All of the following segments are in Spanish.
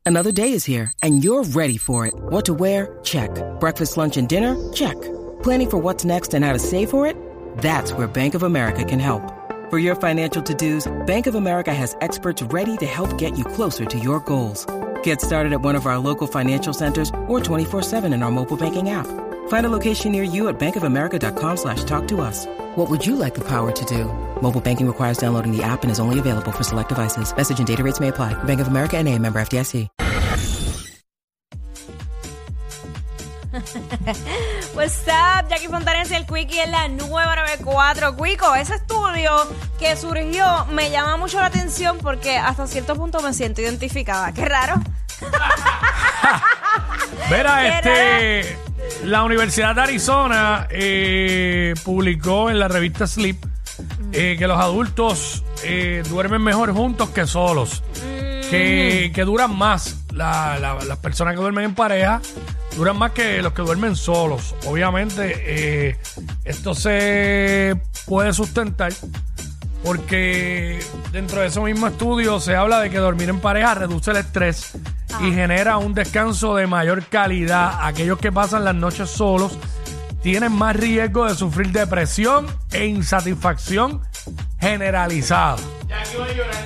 Another day is here, and you're ready for it. What to wear? Check. Breakfast, lunch, and dinner? Check. Planning for what's next and how to save for it? That's where Bank of America can help. For your financial to-dos, Bank of America has experts ready to help get you closer to your goals. Get started at one of our local financial centers or 24/7 in our mobile banking app. Find a location near you at bankofamerica.com/talktous. What would you like the power to do? Mobile banking requires downloading the app and is only available for select devices. Message and data rates may apply. Bank of America N.A., member FDIC. What's up, Jackie Fontanes y el Quickie en la nueva 94. Quico, ese estudio que surgió me llama mucho la atención porque hasta cierto punto me siento identificada. Qué raro. Verá, la Universidad de Arizona publicó en la revista Sleep que los adultos duermen mejor juntos que solos. Que duran más. Las personas que duermen en pareja duran más que los que duermen solos. Obviamente, esto se puede sustentar porque dentro de ese mismo estudio se habla de que dormir en pareja reduce el estrés y genera un descanso de mayor calidad. Aquellos que pasan las noches solos tienen más riesgo de sufrir depresión e insatisfacción generalizada. Ya aquí voy a llorar.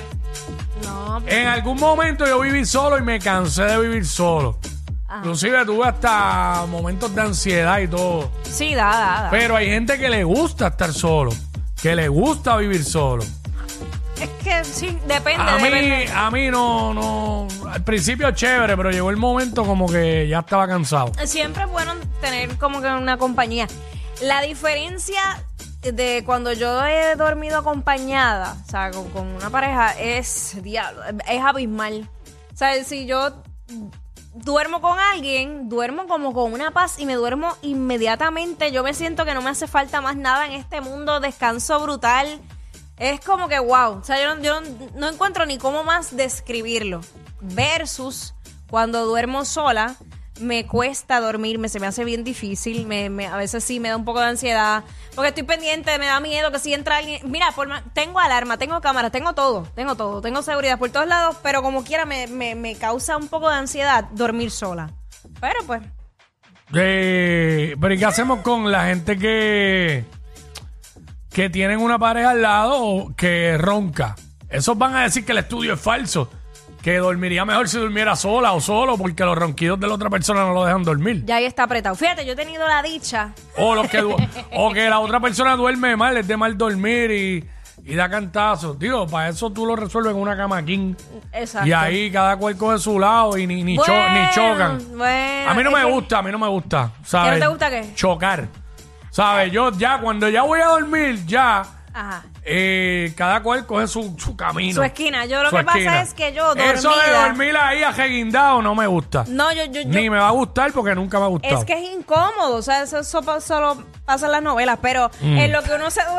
No, En algún momento yo viví solo y me cansé de vivir solo. Inclusive tuve hasta momentos de ansiedad y todo. sí, da. Pero hay gente que le gusta estar solo, que le gusta vivir solo. Es que sí, depende. A mí no. Al principio chévere, pero llegó el momento como que ya estaba cansado. Siempre es bueno tener como que una compañía. La diferencia de cuando yo he dormido acompañada, o sea, con una pareja, es abismal. O sea, si yo duermo con alguien, duermo como con una paz y me duermo inmediatamente. Yo me siento que no me hace falta más nada en este mundo. Descanso brutal. Es como que wow. O sea, yo no encuentro ni cómo más describirlo. Versus cuando duermo sola, me cuesta dormirme, se me hace bien difícil. A veces sí me da un poco de ansiedad. Porque estoy pendiente, me da miedo que si entra alguien. Mira, tengo alarma, tengo cámara, tengo todo. Tengo seguridad por todos lados, pero como quiera me causa un poco de ansiedad dormir sola. Pero pues. Pero ¿y qué hacemos con la gente que tienen una pareja al lado o que ronca? Esos van a decir que el estudio es falso, que dormiría mejor si durmiera sola o solo porque los ronquidos de la otra persona no lo dejan dormir. Ya ahí está apretado. Fíjate, yo he tenido la dicha. O que la otra persona duerme mal, es de mal dormir y da cantazos. Digo, para eso tú lo resuelves en una cama king. Exacto. Y ahí cada cual coge su lado y ni chocan. Bueno, A mí no me gusta, ¿sabes? ¿Qué no te gusta qué? Chocar. ¿Sabes? Yo cuando ya voy a dormir, Ajá. cada cual coge su camino. Su esquina. Yo lo Su que pasa esquina. es que yo dormida. Eso de dormir ahí ajeguindado no me gusta. No, yo. Ni me va a gustar porque nunca me ha gustado. Es que es incómodo, o sea, eso solo pasa en las novelas, pero en lo que uno se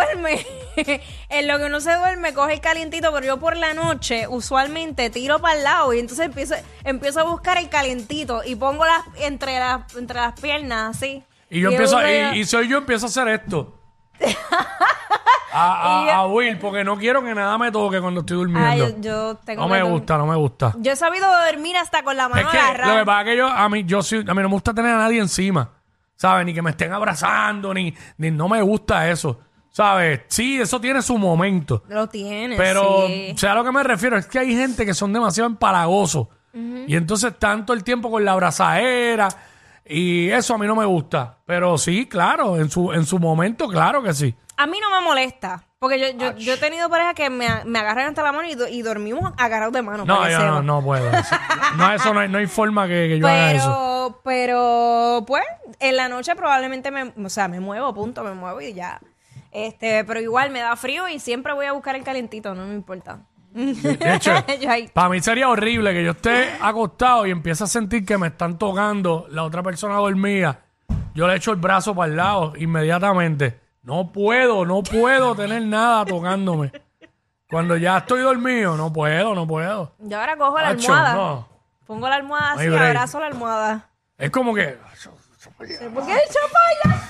duerme, coge el calientito, pero yo por la noche usualmente tiro para el lado y entonces empiezo a buscar el calientito y pongo entre las piernas así. Y yo empiezo a hacer esto. a Will, porque no quiero que nada me toque cuando estoy durmiendo. Yo tengo no me gusta. Yo he sabido dormir hasta con la mano Es que agarrada. lo que pasa es que a mí no me gusta tener a nadie encima, ¿sabes? Ni que me estén abrazando, ni no me gusta eso, ¿sabes? Sí, eso tiene su momento. Lo tiene, Pero, sí. o sea, a lo que me refiero es que hay gente que son demasiado empalagosos. Y entonces tanto el tiempo con la abrazadera y eso a mí no me gusta. Pero sí, claro, en su momento, claro que sí. A mí no me molesta, porque yo he tenido parejas que me agarran hasta la mano y dormimos agarrados de mano. No, yo no puedo. No hay forma que yo haga eso. Pero, pues, en la noche probablemente me muevo y ya. Pero igual me da frío y siempre voy a buscar el calentito, no me importa. De hecho, para mí sería horrible que yo esté acostado y empiece a sentir que me están tocando, la otra persona dormida. Yo le echo el brazo para el lado inmediatamente. No puedo tener nada tocándome. Cuando ya estoy dormido, no puedo. Yo ahora cojo la Acho, almohada. no. Pongo la almohada No hay así, break. abrazo la almohada. Es como que... ¿Por qué el chapaya?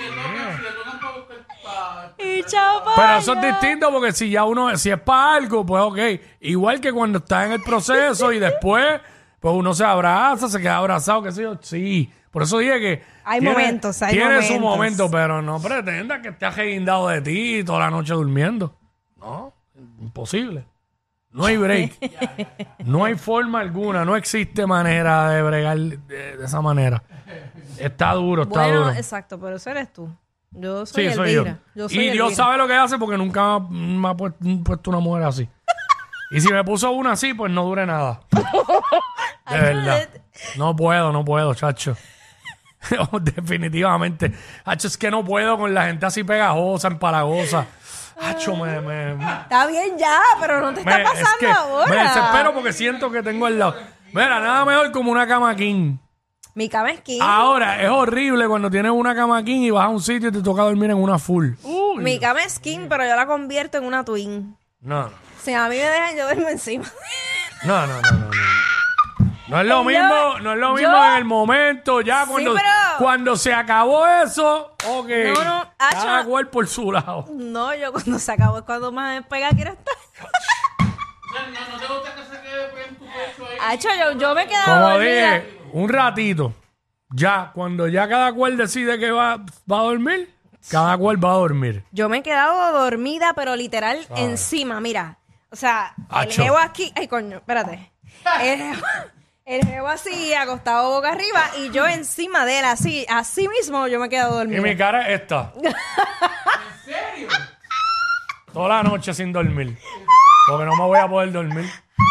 Y chapaya. Pero eso es distinto porque si es para algo, pues ok. Igual que cuando estás en el proceso y después, pues uno se abraza, se queda abrazado, qué sé yo. Sí, por eso dije que Hay momentos. Tiene su momento, pero no pretenda que esté ajeguindado de ti toda la noche durmiendo. No, imposible. No hay break. No hay forma alguna, no existe manera de bregar de esa manera. Está duro, está Bueno, duro. exacto, pero eso eres tú. Yo soy Sí, soy yo. Elvira. Yo soy Y Dios Elvira. sabe lo que hace porque nunca me ha puesto una mujer así. Y si me puso una así, pues no dure nada. De verdad. No puedo, chacho. Definitivamente. Chacho, es que no puedo con la gente así pegajosa, empalagosa. Chacho, Está bien ya, pero no te está pasando es que ahora. me desespero porque siento que tengo al lado. Mira, nada mejor como una cama king. Mi cama es king. Ahora, es horrible cuando tienes una cama king y vas a un sitio y te toca dormir en una full. Mi cama es king, pero yo la convierto en una twin. No. Si a mí me dejan, yo duermo encima. No. No es lo mismo, no es lo mismo yo- en el momento, ya cuando, pero- cuando se acabó eso, ok. No, cada acho. cual por su lado. No, yo cuando se acabó es cuando más despegada quiero estar. No te gusta que se quede en tu pecho ahí. Hacho, yo me he quedado Como dormida. dije, un ratito, ya, cuando ya cada cual decide que va a dormir, cada cual va a dormir. Yo me he quedado dormida, pero literal encima, mira. O sea, el Acho. jevo aquí. Ay, coño, espérate. El jevo así, acostado boca arriba, y yo encima de él, así mismo, yo me he quedado Y dormida. mi cara es esta. ¿En serio? Toda la noche sin dormir. Porque no me voy a poder dormir.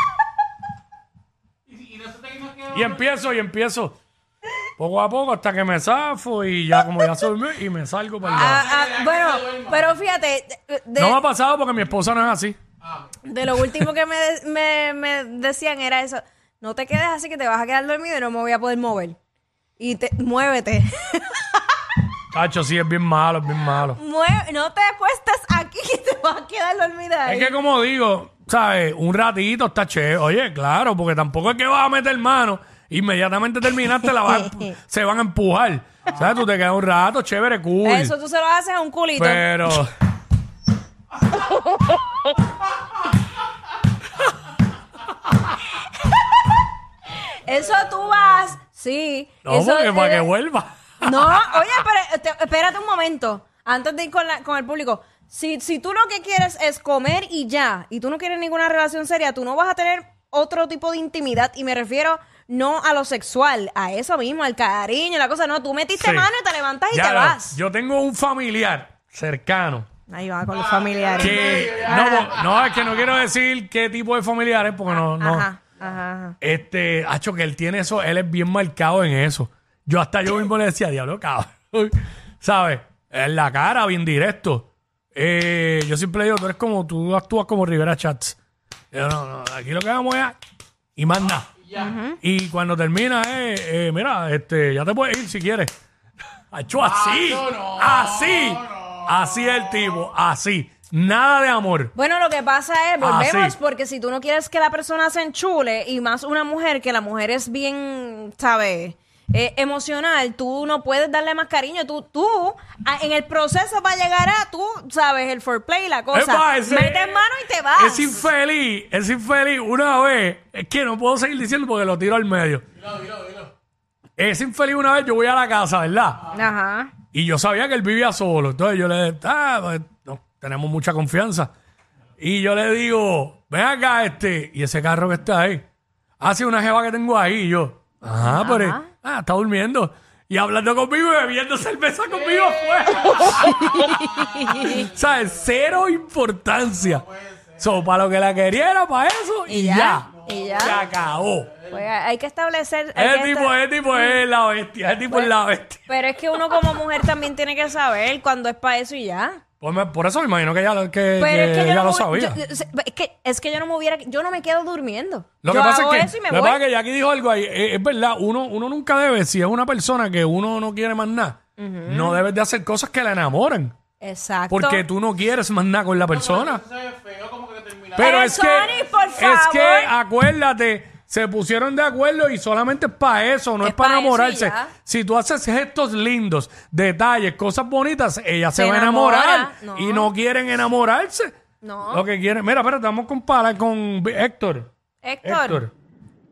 Y no se te imagina Y empiezo. Poco a poco hasta que me zafo y ya como ya se durmió y me salgo para el lado. Bueno, pero fíjate, No me ha pasado porque mi esposa no es así. de lo último que me decían era eso. No te quedes así que te vas a quedar dormido y no me voy a poder mover. Y muévete. Cacho, sí, es bien malo, es bien malo. No te acuestes aquí que te vas a quedar dormida ahí. Es que como digo, ¿sabes? Un ratito está chévere. Oye, claro, porque tampoco es que vas a meter mano. Inmediatamente terminaste, se van a empujar. ¿Sabes? Tú te quedas un rato, chévere, cool. Eso tú se lo haces a un culito. Pero... Eso tú vas, sí. No, eso, porque para que vuelva. No, oye, pero espérate un momento. Antes de ir con el público. Si tú lo que quieres es comer y ya, y tú no quieres ninguna relación seria, tú no vas a tener otro tipo de intimidad. Y me refiero no a lo sexual, a eso mismo, al cariño, la cosa. No, tú metiste Sí. mano y te levantas y Ya te no, vas. Yo tengo un familiar cercano Ahí va con los familiares. que... No, es que no quiero decir qué tipo de familiares porque no... Ajá. Hacho, que él tiene eso, él es bien marcado en eso. Yo mismo le decía, diablo, cabrón. ¿Sabes? En la cara, bien directo. Yo siempre digo, tú actúas como Rivera Chats. Yo, no, aquí lo que vamos es y más nada. Y cuando termina, mira, ya te puedes ir si quieres. Hacho, así. Así es el tipo, así. Nada de amor. Bueno, lo que pasa es, volvemos, sí. porque si tú no quieres que la persona se enchule, y más una mujer, que la mujer es bien, ¿sabes? Emocional, tú no puedes darle más cariño. En el proceso para llegar a tú, ¿sabes? El foreplay, la cosa. Metes mano y te vas. Es infeliz. Una vez, es que no puedo seguir diciendo porque lo tiro al medio. Dilo. Es infeliz una vez, yo voy a la casa, ¿verdad? Ajá. Y yo sabía que él vivía solo. Entonces yo le dije, pues, no, tenemos mucha confianza. Y yo le digo, ven acá y ese carro que está ahí. Hace una jeva que tengo ahí. Y yo, pero está durmiendo. Y hablando conmigo y bebiendo cerveza conmigo afuera. ¿Sabes? Cero importancia. Para lo que la quería era para eso y ya. Se acabó. Pues hay que establecer. Ese tipo es la bestia. Ese tipo es la bestia. Pero es que uno como mujer también tiene que saber cuando es para eso y ya. Por eso me imagino que ella, Pero es que yo ella no lo me- sabía. es que yo no me quedo durmiendo. Lo que yo pasa hago es eso y me lo que voy. pasa es que Jackie dijo algo ahí. Es verdad, uno nunca debe, si es una persona que uno no quiere más nada, no debes de hacer cosas que la enamoran. Exacto. Porque tú no quieres más nada con la persona. Eso se ve feo, como que terminar. Pero es que, Sony, por es favor. que, acuérdate, se pusieron de acuerdo y solamente es para eso, no es, Es para pa' eso y enamorarse. ya. Si tú haces gestos lindos, detalles, cosas bonitas, ella se Se va a enamora, enamorar. no. Y no quieren enamorarse. No. Lo que quieren... Mira, espérate, vamos a comparar con Héctor. Héctor.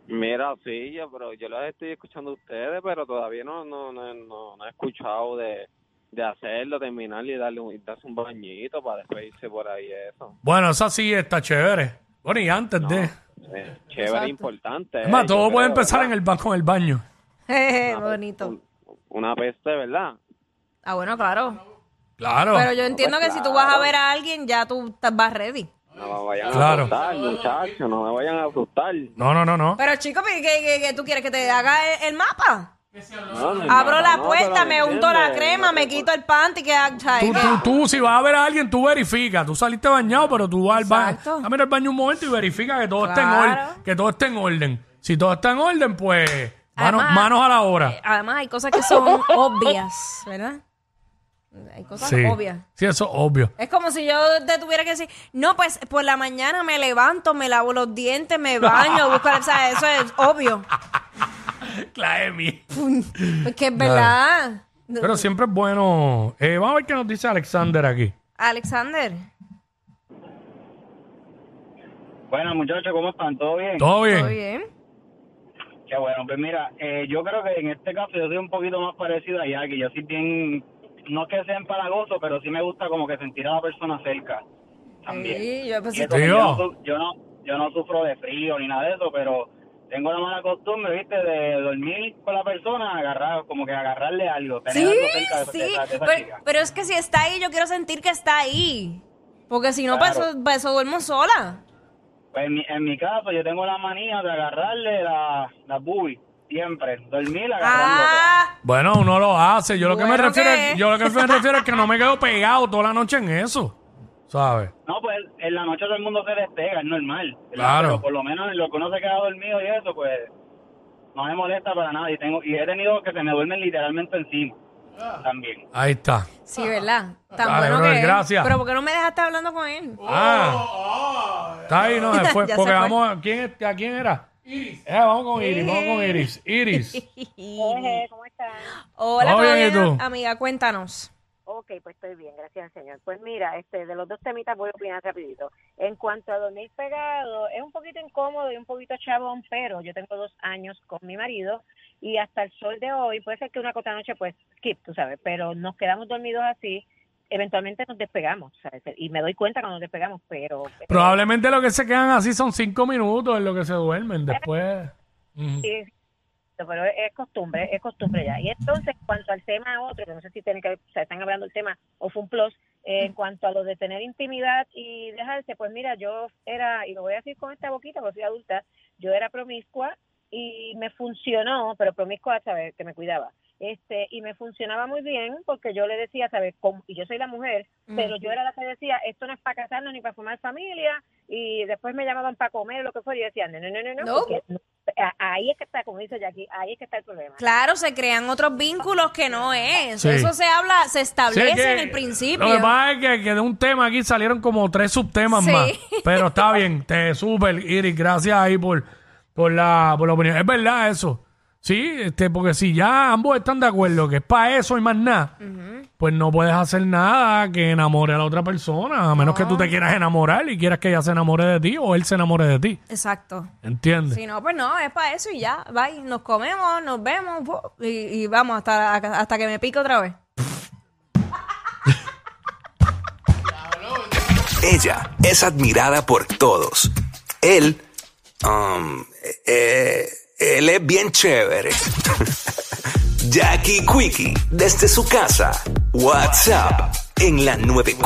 Mira, sí, pero yo las estoy escuchando a ustedes, pero todavía no he escuchado de hacerlo, terminar y darse un bañito para después irse por ahí eso. Bueno, esa sí está chévere. Bueno, y antes de... Chévere, Exacto. importante. Es más, todo yo puede creo, empezar ¿verdad? con el baño. Bonito. Una peste, ¿verdad? Ah, bueno, claro. Claro. Pero yo entiendo que si tú vas a ver a alguien, ya tú vas ready. No me vayan Claro. a asustar, muchachos, no me vayan a asustar. No. Pero chico, ¿qué tú quieres que te haga el mapa? No, Abro la no, puerta, pero me unto la entiendes, crema, no me te- quito el panty, Tú, si vas a ver a alguien, tú verificas. Tú saliste bañado, pero tú vas al baño. Exacto. A mirar al baño un momento y verifica que todo esté en Claro. orden. Que todo esté en orden. Si todo está en orden, pues Además, manos a la obra. Además, hay cosas que son obvias, ¿verdad? Hay cosas Sí. obvias. Sí, eso es obvio. Es como si yo te tuviera que decir, no, pues por la mañana me levanto, me lavo los dientes, me baño, busco, o sea, eso es obvio. La Emi. Es que es verdad. Pero siempre es bueno. Vamos a ver qué nos dice Alexander aquí. Alexander. Bueno, muchachos, ¿cómo están? ¿Todo bien? ¿Todo bien? ¿Todo bien? Qué bueno. Pues mira, yo creo que en este caso yo soy un poquito más parecido a Jackie. Yo soy bien, no es que sea empalagoso, pero sí me gusta como que sentir a la persona cerca también. Sí, yo pues, Y eso que Tío. yo no sufro de frío ni nada de eso, pero tengo la mala costumbre, ¿viste? De dormir con la persona, como que agarrarle algo, tener sí, algo cerca de sí. esa Pero, chica. pero es que si está ahí, yo quiero sentir que está ahí. Porque si no, Claro. para eso duermo sola. Pues en mi caso yo tengo la manía de agarrarle la boobies, siempre, dormir agarrándola. Ah, Bueno, uno lo hace. Yo lo que me Bueno, refiero ¿qué? yo lo que me refiero es que no me quedo pegado toda la noche en eso. ¿Sabes? No, pues en la noche todo el mundo se despega, es normal. ¿verdad? Claro. Pero por lo menos en lo que uno se queda dormido y eso, pues no me molesta para nada. Y he tenido que se me duermen literalmente encima también. Ahí está. sí, ¿verdad? Tan Dale, bueno brother, que es. gracias. Pero ¿por qué no me dejaste hablando con él? Está ahí, no se fue. Ya se Porque fue. vamos ¿a quién era? Iris. Vamos con Iris. Iris. ¿Cómo están? Hola, ¿Todo ¿todo bien, y bien, tú? amiga? Cuéntanos. Ok, pues estoy bien, gracias al Señor. Pues mira, de los dos temitas voy a opinar rapidito. En cuanto a dormir pegado, es un poquito incómodo y un poquito chabón, pero yo tengo 2 años con mi marido y hasta el sol de hoy, puede ser que una otra noche pues skip, tú sabes, pero nos quedamos dormidos así, eventualmente nos despegamos, ¿sabes? Y me doy cuenta cuando nos despegamos, pero... Probablemente lo que se quedan así son 5 minutos en lo que se duermen. Después. Sí, pero es costumbre ya. Y entonces, en cuanto al tema otro, que no sé si tiene que ver, o sea, están hablando del tema o fue un plus, en cuanto a lo de tener intimidad y dejarse, pues mira, yo era, y lo voy a decir con esta boquita porque soy adulta, yo era promiscua y me funcionó, pero promiscua, ¿sabes? Que me cuidaba. Y me funcionaba muy bien porque yo le decía, ¿sabes? Y yo soy la mujer, pero yo era la que decía, esto no es para casarnos ni para formar familia, y después me llamaban para comer o lo que fuera, y yo decía, no, porque ahí es que está, como dice Jackie, ahí es que está el problema. Claro, se crean otros vínculos que no es. Sí. Eso se establece Sí, es que en el principio. Lo que pasa es que de un tema aquí salieron como 3 subtemas Sí. más. Pero está bien, súper, Iris, gracias ahí por la opinión. Es verdad eso. Sí, porque si ya ambos están de acuerdo que es para eso y más nada, pues no puedes hacer nada que enamore a la otra persona, a menos que tú te quieras enamorar y quieras que ella se enamore de ti o él se enamore de ti. Exacto. ¿Entiendes? Si no, pues no, es para eso y ya. Bye, nos comemos, nos vemos y vamos hasta que me pique otra vez. Ella es admirada por todos. Él es bien chévere. Jackie Quickie, desde su casa. WhatsApp en la 94.